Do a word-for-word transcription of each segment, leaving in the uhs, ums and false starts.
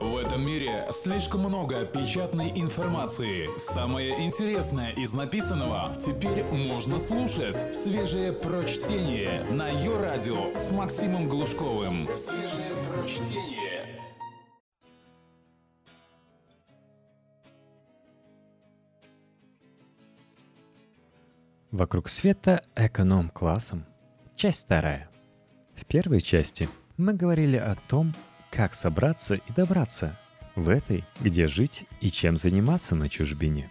В этом мире слишком много печатной информации. Самое интересное из написанного теперь можно слушать. Свежее прочтение на Йо-Радио с Максимом Глушковым. Свежее прочтение. Вокруг света эконом-классом. Часть вторая. В первой части мы говорили о том, как собраться и добраться. В этой, где жить и чем заниматься на чужбине.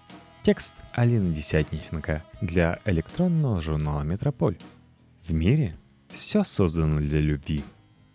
Текст Алины Десятниченко для электронного журнала «Метрополь». В мире все создано для любви.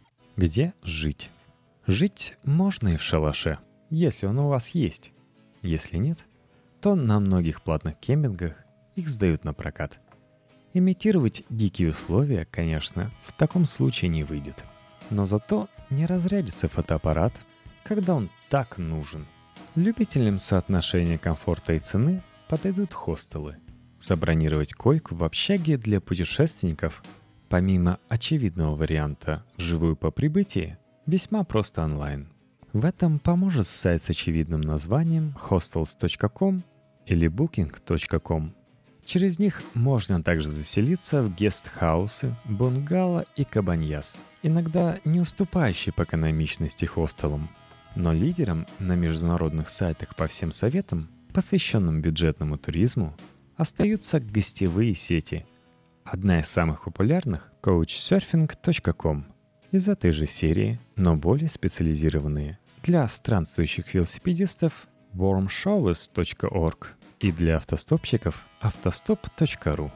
Где жить? Жить можно и в шалаше, если он у вас есть. Если нет, то на многих платных кемпингах их сдают на прокат. Имитировать дикие условия, конечно, в таком случае не выйдет. Но зато не разрядится фотоаппарат, когда он так нужен. Любителям соотношения комфорта и цены подойдут хостелы. Забронировать койку в общаге для путешественников, помимо очевидного варианта вживую по прибытии, весьма просто онлайн. В этом поможет сайт с очевидным названием хостелс точка ком или букинг точка ком. Через них можно также заселиться в гестхаусы, бунгало и кабаньяс, иногда не уступающие по экономичности хостелам. Но лидером на международных сайтах по всем советам, посвященным бюджетному туризму, остаются гостевые сети. Одна из самых популярных – коучсерфинг точка ком. Из этой же серии, но более специализированные, для странствующих велосипедистов – вормшовес точка орг и для автостопщиков – автостоп точка ру.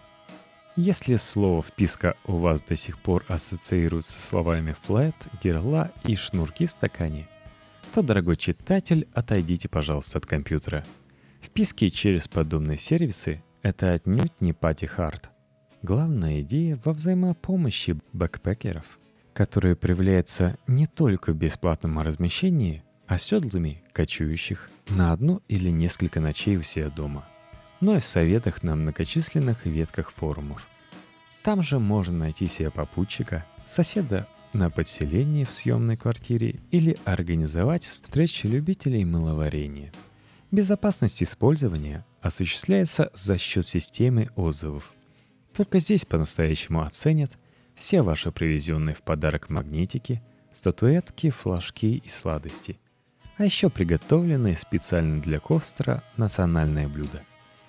Если слово «вписка» у вас до сих пор ассоциируется со словами «флэт», «герла» и «шнурки в стакане», то, дорогой читатель, отойдите, пожалуйста, от компьютера. Вписки через подобные сервисы – это отнюдь не пати-хард. Главная идея во взаимопомощи бэкпекеров, которая проявляется не только в бесплатном размещении, оседлыми кочующих на одну или несколько ночей у себя дома, но и в советах на многочисленных ветках форумов. Там же можно найти себе попутчика, соседа на подселении в съемной квартире или организовать встречи любителей мыловарения. Безопасность использования осуществляется за счет системы отзывов. Только здесь по-настоящему оценят все ваши привезенные в подарок магнитики, статуэтки, флажки и сладости. А еще приготовленные специально для костера национальные блюда.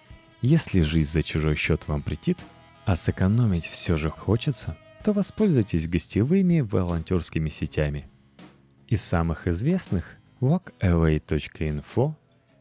Если жизнь за чужой счет вам претит, а сэкономить все же хочется, то воспользуйтесь гостевыми волонтерскими сетями. Из самых известных walkaway точка инфо,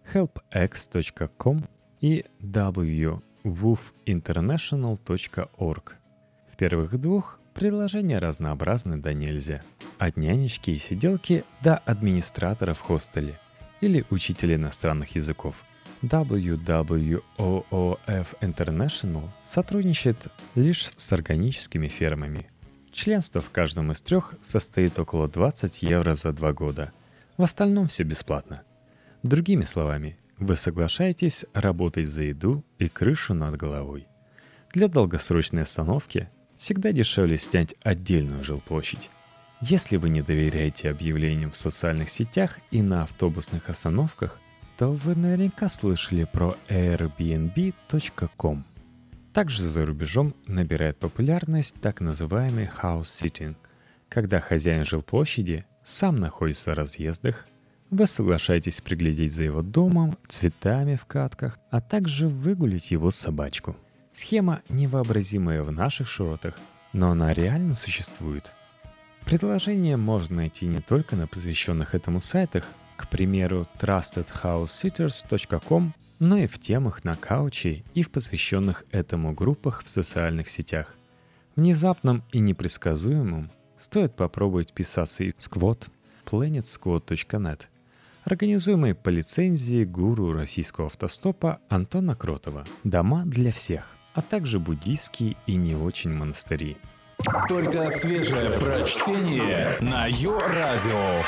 helpx точка ком и дабл ю вуф интернешнл точка орг. В первых двух предложения разнообразны до нельзя. От нянечки и сиделки до администратора в хостеле или учителя иностранных языков. дабл ю дабл ю о о эф International сотрудничает лишь с органическими фермами. Членство в каждом из трех состоит около двадцать евро за два года. В остальном все бесплатно. Другими словами, вы соглашаетесь работать за еду и крышу над головой. Для долгосрочной остановки всегда дешевле снять отдельную жилплощадь. Если вы не доверяете объявлениям в социальных сетях и на автобусных остановках, то вы наверняка слышали про эйр би эн би точка ком. Также за рубежом набирает популярность так называемый house-sitting, когда хозяин жилплощади сам находится в разъездах, вы соглашаетесь приглядеть за его домом, цветами в катках, а также выгулить его собачку. Схема невообразимая в наших широтах, но она реально существует. Предложение можно найти не только на посвященных этому сайтах, к примеру, трастед хаус ситерс точка ком, но и в темах на кауче и в посвященных этому группах в социальных сетях. Внезапным и непредсказуемым стоит попробовать писаться и сквот, планет сквот точка нет, организуемый по лицензии гуру российского автостопа Антона Кротова «Дома для всех», а также буддийские и не очень монастыри. Только свежее прочтение на Йо-Радио.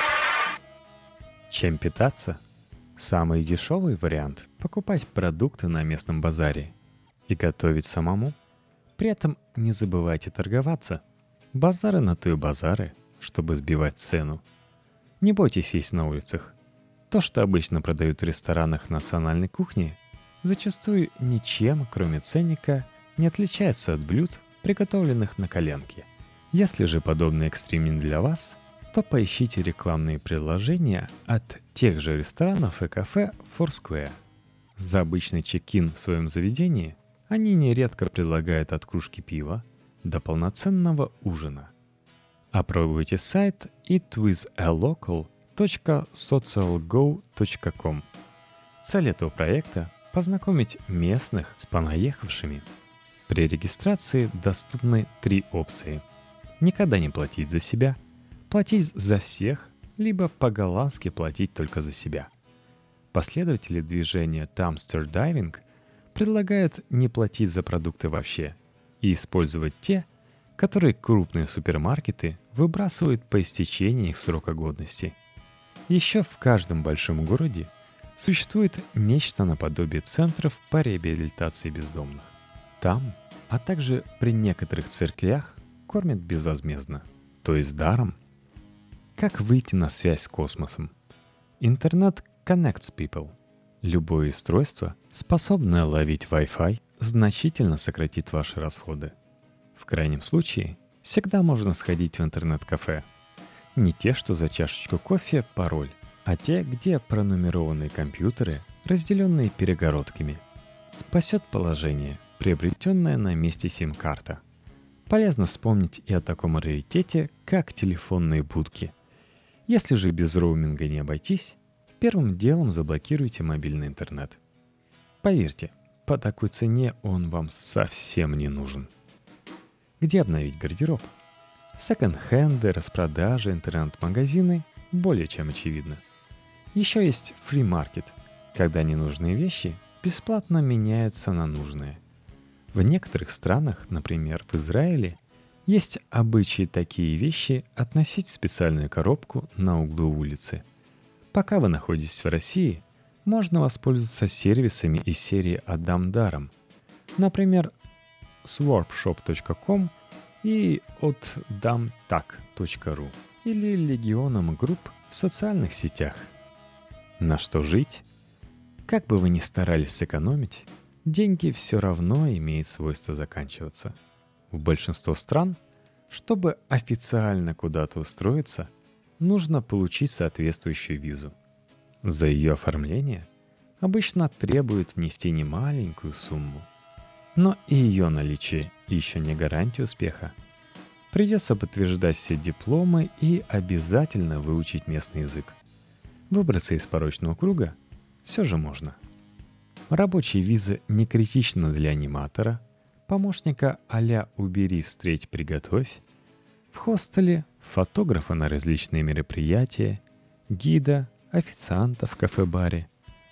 Чем питаться? Самый дешевый вариант – покупать продукты на местном базаре и готовить самому. При этом не забывайте торговаться. Базары на то и базары, чтобы сбивать цену. Не бойтесь есть на улицах. То, что обычно продают в ресторанах национальной кухни, зачастую ничем, кроме ценника, не отличается от блюд, приготовленных на коленке. Если же подобный экстрим не для вас, то поищите рекламные предложения от тех же ресторанов и кафе Foursquare. За обычный чек-ин в своем заведении они нередко предлагают от кружки пива до полноценного ужина. Опробуйте сайт eatwithalocal точка socialgo точка com. Цель этого проекта – познакомить местных с понаехавшими. При регистрации доступны три опции. Никогда не платить за себя, платить за всех, либо по-голландски платить только за себя. Последователи движения Dumpster Diving предлагают не платить за продукты вообще и использовать те, которые крупные супермаркеты выбрасывают по истечении их срока годности. Еще в каждом большом городе существует нечто наподобие центров по реабилитации бездомных. Там, а также при некоторых церквях кормят безвозмездно, то есть даром. Как выйти на связь с космосом? Интернет connects people. Любое устройство, способное ловить Wi-Fi, значительно сократит ваши расходы. В крайнем случае, всегда можно сходить в интернет-кафе. Не те, что за чашечку кофе, пароль, а те, где пронумерованные компьютеры, разделенные перегородками. Спасет положение, приобретенное на месте сим-карта. Полезно вспомнить и о таком раритете, как телефонные будки. Если же без роуминга не обойтись, первым делом заблокируйте мобильный интернет. Поверьте, по такой цене он вам совсем не нужен. Где обновить гардероб? Секонд-хенды, распродажи, интернет-магазины более чем очевидно. Еще есть фри-маркет, когда ненужные вещи бесплатно меняются на нужные. В некоторых странах, например, в Израиле, есть обычаи такие вещи относить в специальную коробку на углу улицы. Пока вы находитесь в России, можно воспользоваться сервисами из серии «Отдам даром». Например, swarpshop точка ком и отдамтак точка ру или легионом групп в социальных сетях. На что жить? Как бы вы ни старались сэкономить, деньги все равно имеют свойство заканчиваться. В большинстве стран, чтобы официально куда-то устроиться, нужно получить соответствующую визу. За ее оформление обычно требуют внести немаленькую сумму. Но и ее наличие еще не гарантия успеха. Придется подтверждать все дипломы и обязательно выучить местный язык. Выбраться из порочного круга все же можно. Рабочая виза не критична для аниматора, помощника а-ля «убери, встреть, приготовь», в хостеле, фотографа на различные мероприятия, гида, официанта в кафе-баре.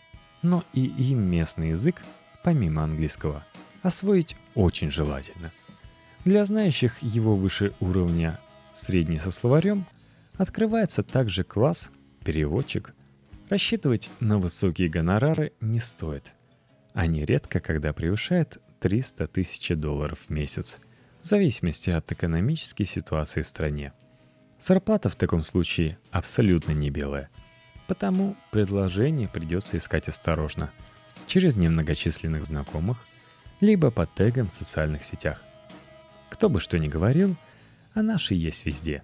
Но и им местный язык, помимо английского, освоить очень желательно. Для знающих его выше уровня средний со словарем открывается также класс «переводчик». Рассчитывать на высокие гонорары не стоит. Они редко когда превышают триста тысяч долларов в месяц, в зависимости от экономической ситуации в стране. Зарплата в таком случае абсолютно не белая, потому предложение придется искать осторожно, через немногочисленных знакомых, либо по тегам в социальных сетях. Кто бы что ни говорил, а наши есть везде.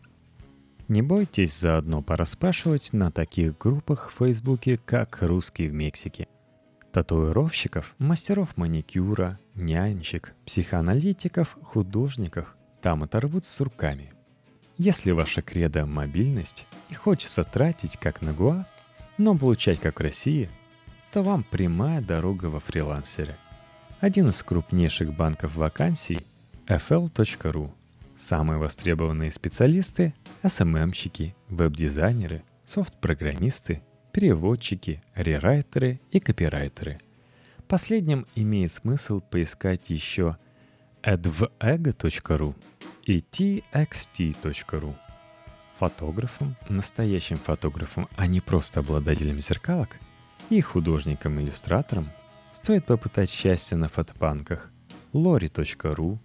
Не бойтесь заодно пораспрашивать на таких группах в Фейсбуке, как «Русские в Мексике». Татуировщиков, мастеров маникюра, нянечек, психоаналитиков, художников там оторвут с руками. Если ваша кредо – мобильность и хочется тратить как на Гоа, но получать как в России, то вам прямая дорога во фрилансеры. Один из крупнейших банков вакансий – эф эл точка ру. Самые востребованные специалисты – эс эм эм-щики, веб-дизайнеры, софт-программисты, переводчики, рерайтеры и копирайтеры. Последним имеет смысл поискать еще эдвэг точка ру и ти экс ти точка ру. Фотографам, настоящим фотографам, а не просто обладателям зеркалок, и художникам-иллюстраторам стоит попытать счастье на фотобанках лори точка ру,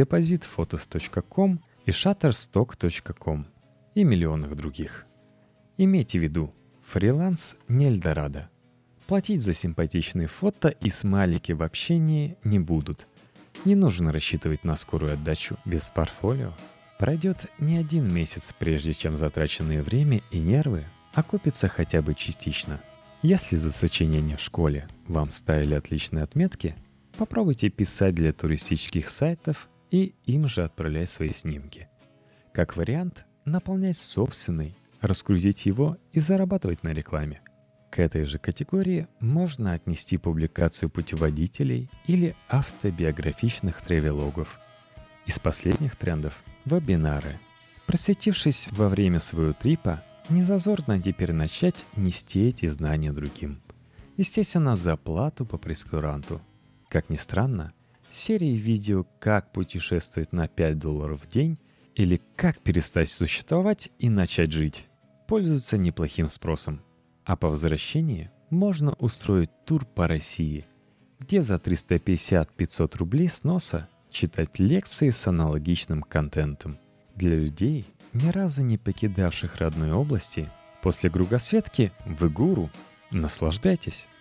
депозитфотос точка ком и шаттерсток точка ком и миллионах других. Имейте в виду, фриланс не Эльдорадо. Платить за симпатичные фото и смайлики в общении не будут. Не нужно рассчитывать на скорую отдачу без портфолио. Пройдет не один месяц, прежде чем затраченное время и нервы окупятся хотя бы частично. Если за сочинение в школе вам ставили отличные отметки, попробуйте писать для туристических сайтов и им же отправлять свои снимки. Как вариант, наполнять собственный, раскрутить его и зарабатывать на рекламе. К этой же категории можно отнести публикацию путеводителей или автобиографичных тревелогов. Из последних трендов – вебинары. Просветившись во время своего трипа, не зазорно теперь начать нести эти знания другим. Естественно, за плату по прескуранту. Как ни странно, серии видео «Как путешествовать на пять долларов в день» или «Как перестать существовать и начать жить» пользуются неплохим спросом. А по возвращении можно устроить тур по России, где за триста пятьдесят - пятьсот рублей с носа читать лекции с аналогичным контентом. Для людей, ни разу не покидавших родной области, после кругосветки вы гуру. Наслаждайтесь!